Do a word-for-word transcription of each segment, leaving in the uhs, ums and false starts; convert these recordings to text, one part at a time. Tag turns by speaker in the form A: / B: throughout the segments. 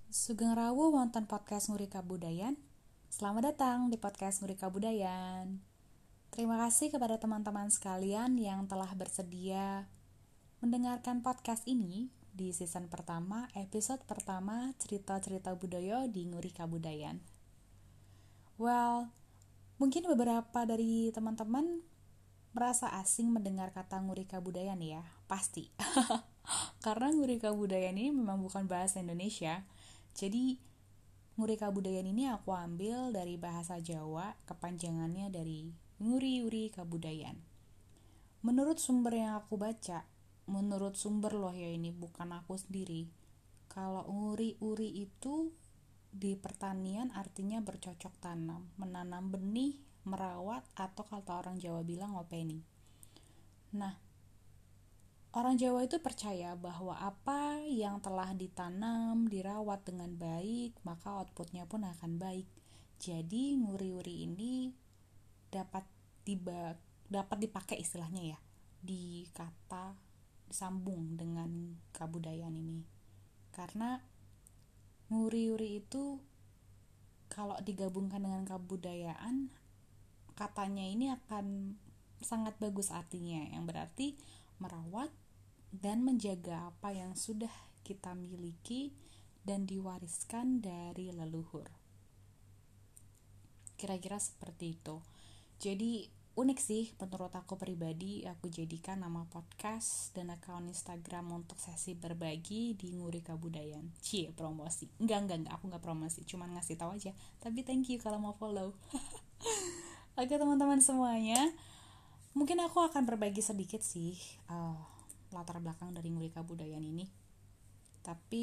A: Sugeng rawuh wonten podcast Nguri Kabudayan. Selamat datang di podcast Nguri Kabudayan. Terima kasih kepada teman-teman sekalian yang telah bersedia mendengarkan podcast ini di season pertama, episode pertama cerita-cerita budaya di Nguri Kabudayan. Well, mungkin beberapa dari teman-teman merasa asing mendengar kata Nguri Kabudayan ya, pasti. Karena Nguri Kabudayan ini memang bukan bahasa Indonesia. Jadi Nguri Kabudayan ini aku ambil dari bahasa Jawa, kepanjangannya dari Nguri-uri Kabudayan. Menurut sumber yang aku baca, menurut sumber loh ya, ini bukan aku sendiri. Kalau nguri-uri itu di pertanian artinya bercocok tanam, menanam benih, merawat, atau kata orang Jawa bilang ngopeni. Nah, orang Jawa itu percaya bahwa apa yang telah ditanam, dirawat dengan baik, maka outputnya pun akan baik. Jadi nguri-uri ini dapat tiba, dapat dipakai istilahnya ya, di kata disambung dengan kabudayaan ini. Karena nguri-uri itu kalau digabungkan dengan kabudayaan, katanya ini akan sangat bagus artinya, yang berarti merawat dan menjaga apa yang sudah kita miliki dan diwariskan dari leluhur. Kira-kira seperti itu. Jadi unik sih menurut aku pribadi. Aku jadikan nama podcast dan akun Instagram untuk sesi berbagi di Nguri Kabudayan. Cie, promosi. Enggak, enggak, enggak, aku enggak promosi, cuman ngasih tahu aja. Tapi thank you kalau mau follow. Oke teman-teman semuanya, mungkin aku akan berbagi sedikit sih uh, latar belakang dari Nguri Kabudayan ini. Tapi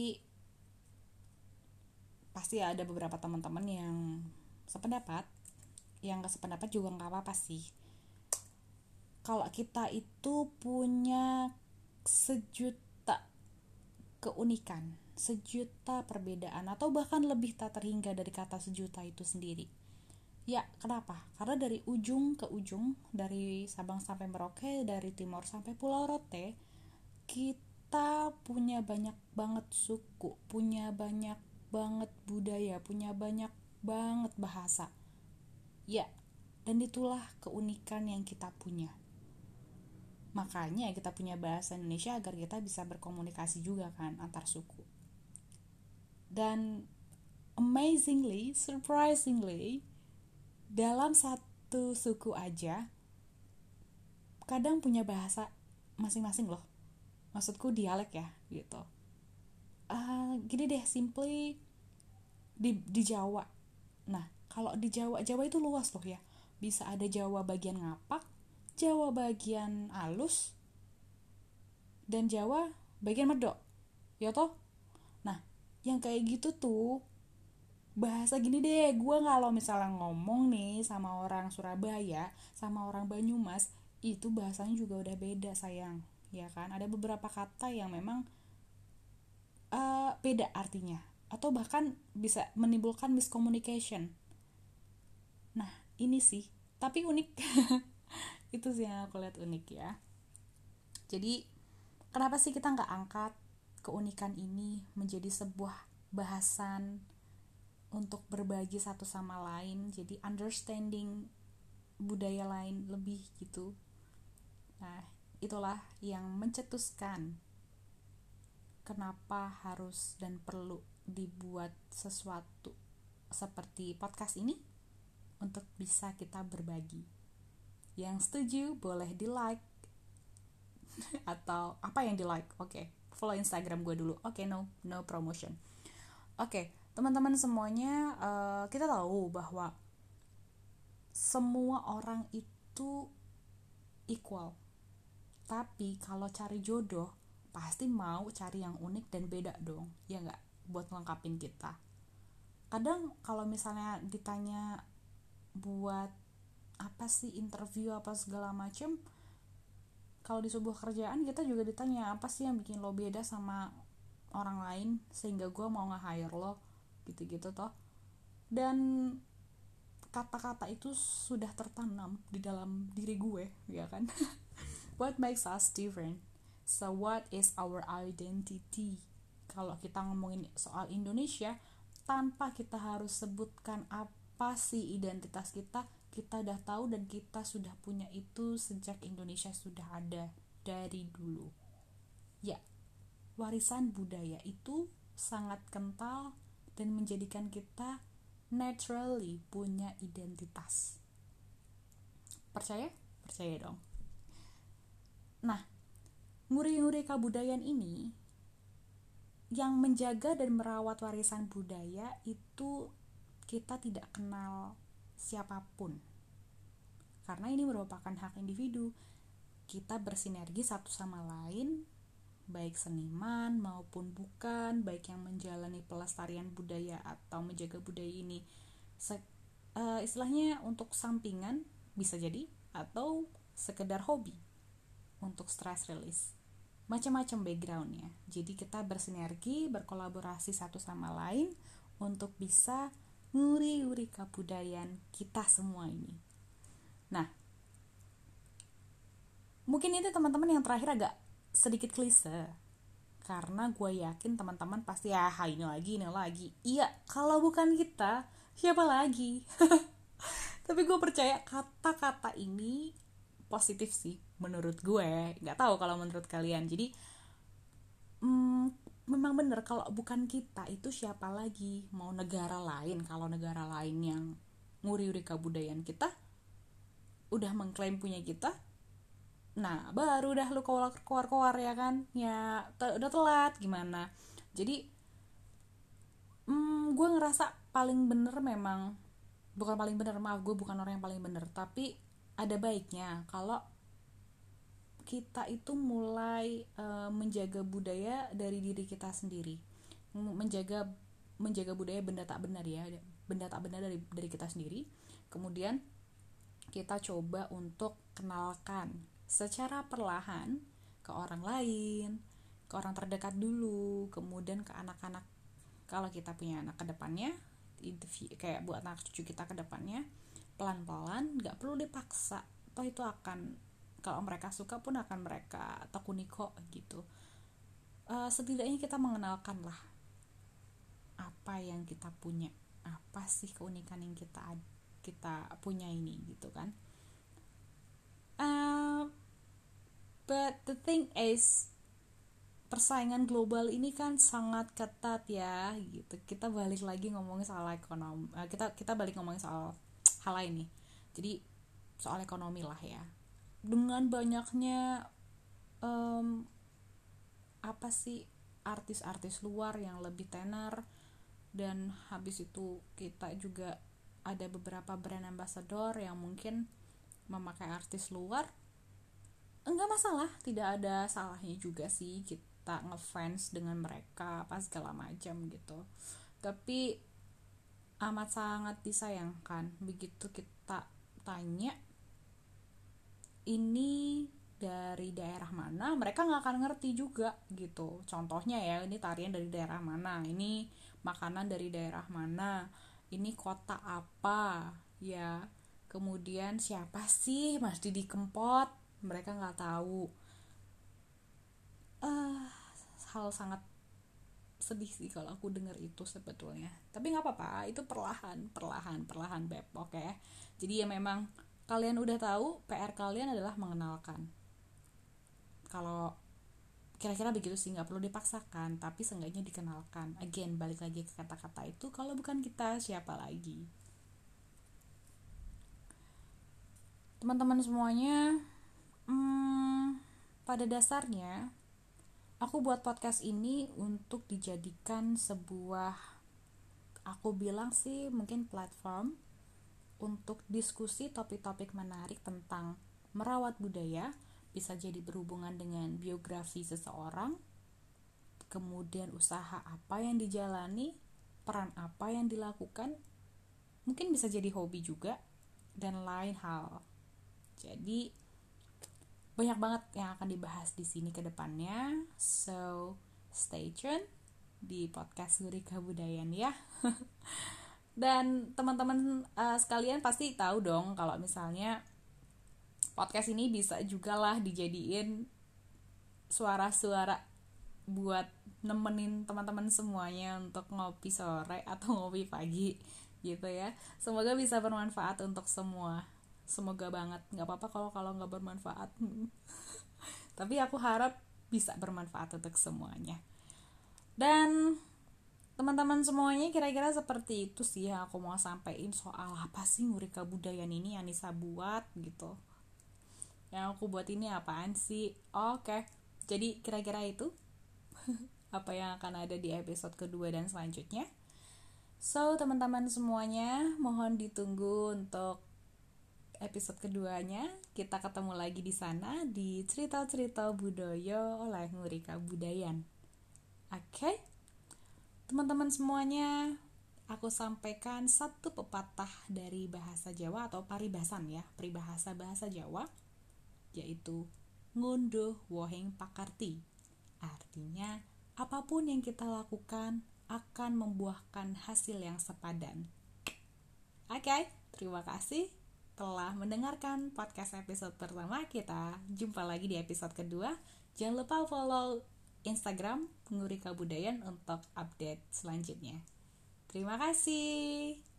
A: pasti ada beberapa teman-teman yang sependapat, yang gak sependapat juga gak apa-apa sih. Kalau kita itu punya sejuta keunikan, sejuta perbedaan, atau bahkan lebih tak terhingga dari kata sejuta itu sendiri. Ya, kenapa? Karena dari ujung ke ujung, dari Sabang sampai Merauke, dari Timor sampai Pulau Rote, kita punya banyak banget suku, punya banyak banget budaya, punya banyak banget bahasa. Ya, dan itulah keunikan yang kita punya. Makanya kita punya bahasa Indonesia agar kita bisa berkomunikasi juga kan antar suku. Dan amazingly, surprisingly, dalam satu suku aja kadang punya bahasa masing-masing loh. Maksudku dialek ya gitu. Uh, gini deh, simply di, di Jawa. Nah, kalau di Jawa, Jawa itu luas loh ya. Bisa ada Jawa bagian ngapak, Jawa bagian alus, dan Jawa bagian medok. Ya toh? Nah, yang kayak gitu tuh bahasa gini deh, gue kalau misalnya ngomong nih sama orang Surabaya, sama orang Banyumas, itu bahasanya juga udah beda sayang, ya kan? Ada beberapa kata yang memang uh, beda artinya, atau bahkan bisa menimbulkan miscommunication. Nah, ini sih, tapi unik. Itu sih yang aku lihat unik ya. Jadi, kenapa sih kita nggak angkat keunikan ini menjadi sebuah bahasan untuk berbagi satu sama lain, jadi understanding budaya lain lebih gitu. Nah, itulah yang mencetuskan kenapa harus dan perlu dibuat sesuatu seperti podcast ini untuk bisa kita berbagi. Yang setuju boleh di like atau apa yang di like, oke, okay. Follow Instagram gue dulu, oke, okay, no no promotion. Oke, okay, teman-teman semuanya, uh, kita tahu bahwa semua orang itu equal. Tapi kalau cari jodoh, pasti mau cari yang unik dan beda dong, ya nggak? Buat ngelengkapin kita. Kadang kalau misalnya ditanya buat apa sih interview apa segala macem, kalau di sebuah kerjaan kita juga ditanya apa sih yang bikin lo beda sama orang lain sehingga gue mau nge-hire lo, gitu-gitu toh. Dan kata-kata itu sudah tertanam di dalam diri gue, ya kan? What makes us different? So what is our identity? kalau kita ngomongin soal Indonesia, tanpa kita harus sebutkan apa sih identitas kita, kita udah tahu dan kita sudah punya itu sejak Indonesia sudah ada dari dulu. Ya, warisan budaya itu sangat kental dan menjadikan kita naturally punya identitas. Percaya? Percaya dong. Nah, nguri-nguri kebudayaan ini yang menjaga dan merawat warisan budaya itu kita tidak kenal siapapun. Karena ini merupakan hak individu. Kita bersinergi satu sama lain, baik seniman maupun bukan, baik yang menjalani pelestarian budaya atau menjaga budaya ini se- uh, istilahnya untuk sampingan bisa jadi, atau sekedar hobi untuk stress release. Macam-macam backgroundnya. Jadi kita bersinergi, berkolaborasi satu sama lain untuk bisa nguri-nguri kebudayaan kita semua ini. Nah, mungkin itu teman-teman yang terakhir agak sedikit klise, karena gue yakin teman-teman pasti ah ini lagi, ini lagi. Iya, kalau bukan kita, siapa lagi? Tapi gue percaya kata-kata ini positif sih menurut gue, nggak tahu kalau menurut kalian. Jadi hmm, memang bener, kalau bukan kita itu siapa lagi? Mau negara lain, kalau negara lain yang nguri-uri kebudayaan kita udah mengklaim punya kita, nah baru dah lu keluar-keluar ya kan, ya te- udah telat gimana. Jadi hmm, gue ngerasa paling bener memang, bukan paling bener, maaf gue bukan orang yang paling bener, tapi ada baiknya kalau kita itu mulai uh, menjaga budaya dari diri kita sendiri, menjaga menjaga budaya benda tak benar ya, benda tak benar dari dari kita sendiri. Kemudian kita coba untuk kenalkan secara perlahan ke orang lain, ke orang terdekat dulu, kemudian ke anak-anak kalau kita punya anak ke depannya, kayak buat anak cucu kita ke depannya, pelan-pelan, nggak perlu dipaksa, toh itu akan, kalau mereka suka pun akan mereka tekuni kok gitu. Uh, setidaknya kita mengenalkan lah apa yang kita punya, apa sih keunikan yang kita kita punya ini gitu kan. Uh, but the thing is, persaingan global ini kan sangat ketat ya gitu. Kita balik lagi ngomongin soal ekonomi, uh, kita kita balik ngomongin soal hal lain nih. Jadi soal ekonomi lah ya. Dengan banyaknya um, apa sih artis-artis luar yang lebih tenar, dan habis itu kita juga ada beberapa brand ambassador yang mungkin memakai artis luar, enggak masalah, tidak ada salahnya juga sih kita ngefans dengan mereka apa segala macam gitu. Tapi amat sangat disayangkan begitu kita tanya ini dari daerah mana, mereka nggak akan ngerti juga gitu. Contohnya ya, ini tarian dari daerah mana, ini makanan dari daerah mana, ini kota apa ya, kemudian siapa sih Mas Didi Kempot, mereka nggak tahu. Uh, hal sangat sedih sih kalau aku dengar itu sebetulnya. Tapi nggak apa-apa, itu perlahan, perlahan, perlahan beb, oke. Okay? Jadi ya memang kalian udah tahu, P R kalian adalah mengenalkan. Kalau kira-kira begitu sih, nggak perlu dipaksakan, tapi seenggaknya dikenalkan. Again, balik lagi ke kata-kata itu, kalau bukan kita siapa lagi? Teman-teman semuanya, hmm, pada dasarnya aku buat podcast ini untuk dijadikan sebuah, aku bilang sih mungkin platform untuk diskusi topik-topik menarik tentang merawat budaya. Bisa jadi berhubungan dengan biografi seseorang, kemudian usaha apa yang dijalani, peran apa yang dilakukan, mungkin bisa jadi hobi juga, dan lain hal. Jadi banyak banget yang akan dibahas di sini ke depannya. So stay tune di podcast Nguri Kebudayaan ya. Dan teman-teman uh, sekalian pasti tahu dong kalau misalnya podcast ini bisa juga lah dijadiin suara-suara buat nemenin teman-teman semuanya untuk ngopi sore atau ngopi pagi gitu ya. Semoga bisa bermanfaat untuk semua. Semoga banget. Nggak apa-apa kalau kalau nggak bermanfaat. Tapi aku harap bisa bermanfaat untuk semuanya. Dan teman-teman semuanya kira-kira seperti itu sih yang aku mau sampaikan soal apa sih nguri kebudayaan ini yang Nisa buat gitu. Yang aku buat ini apaan sih? Oke, jadi kira-kira itu apa yang akan ada di episode kedua dan selanjutnya. So, teman-teman semuanya, mohon ditunggu untuk episode keduanya. Kita ketemu lagi di sana di cerita-cerita budaya oleh Nguri Kabudayan. Oke? Okay? Teman-teman semuanya, aku sampaikan satu pepatah dari bahasa Jawa atau paribasan ya, peribahasa bahasa Jawa, yaitu ngunduh woheng pakarti. Artinya, apapun yang kita lakukan akan membuahkan hasil yang sepadan. Oke, okay, terima kasih telah mendengarkan podcast episode pertama kita. Jumpa lagi di episode kedua. Jangan lupa follow Instagram Nguri Kabudayan untuk update selanjutnya. Terima kasih.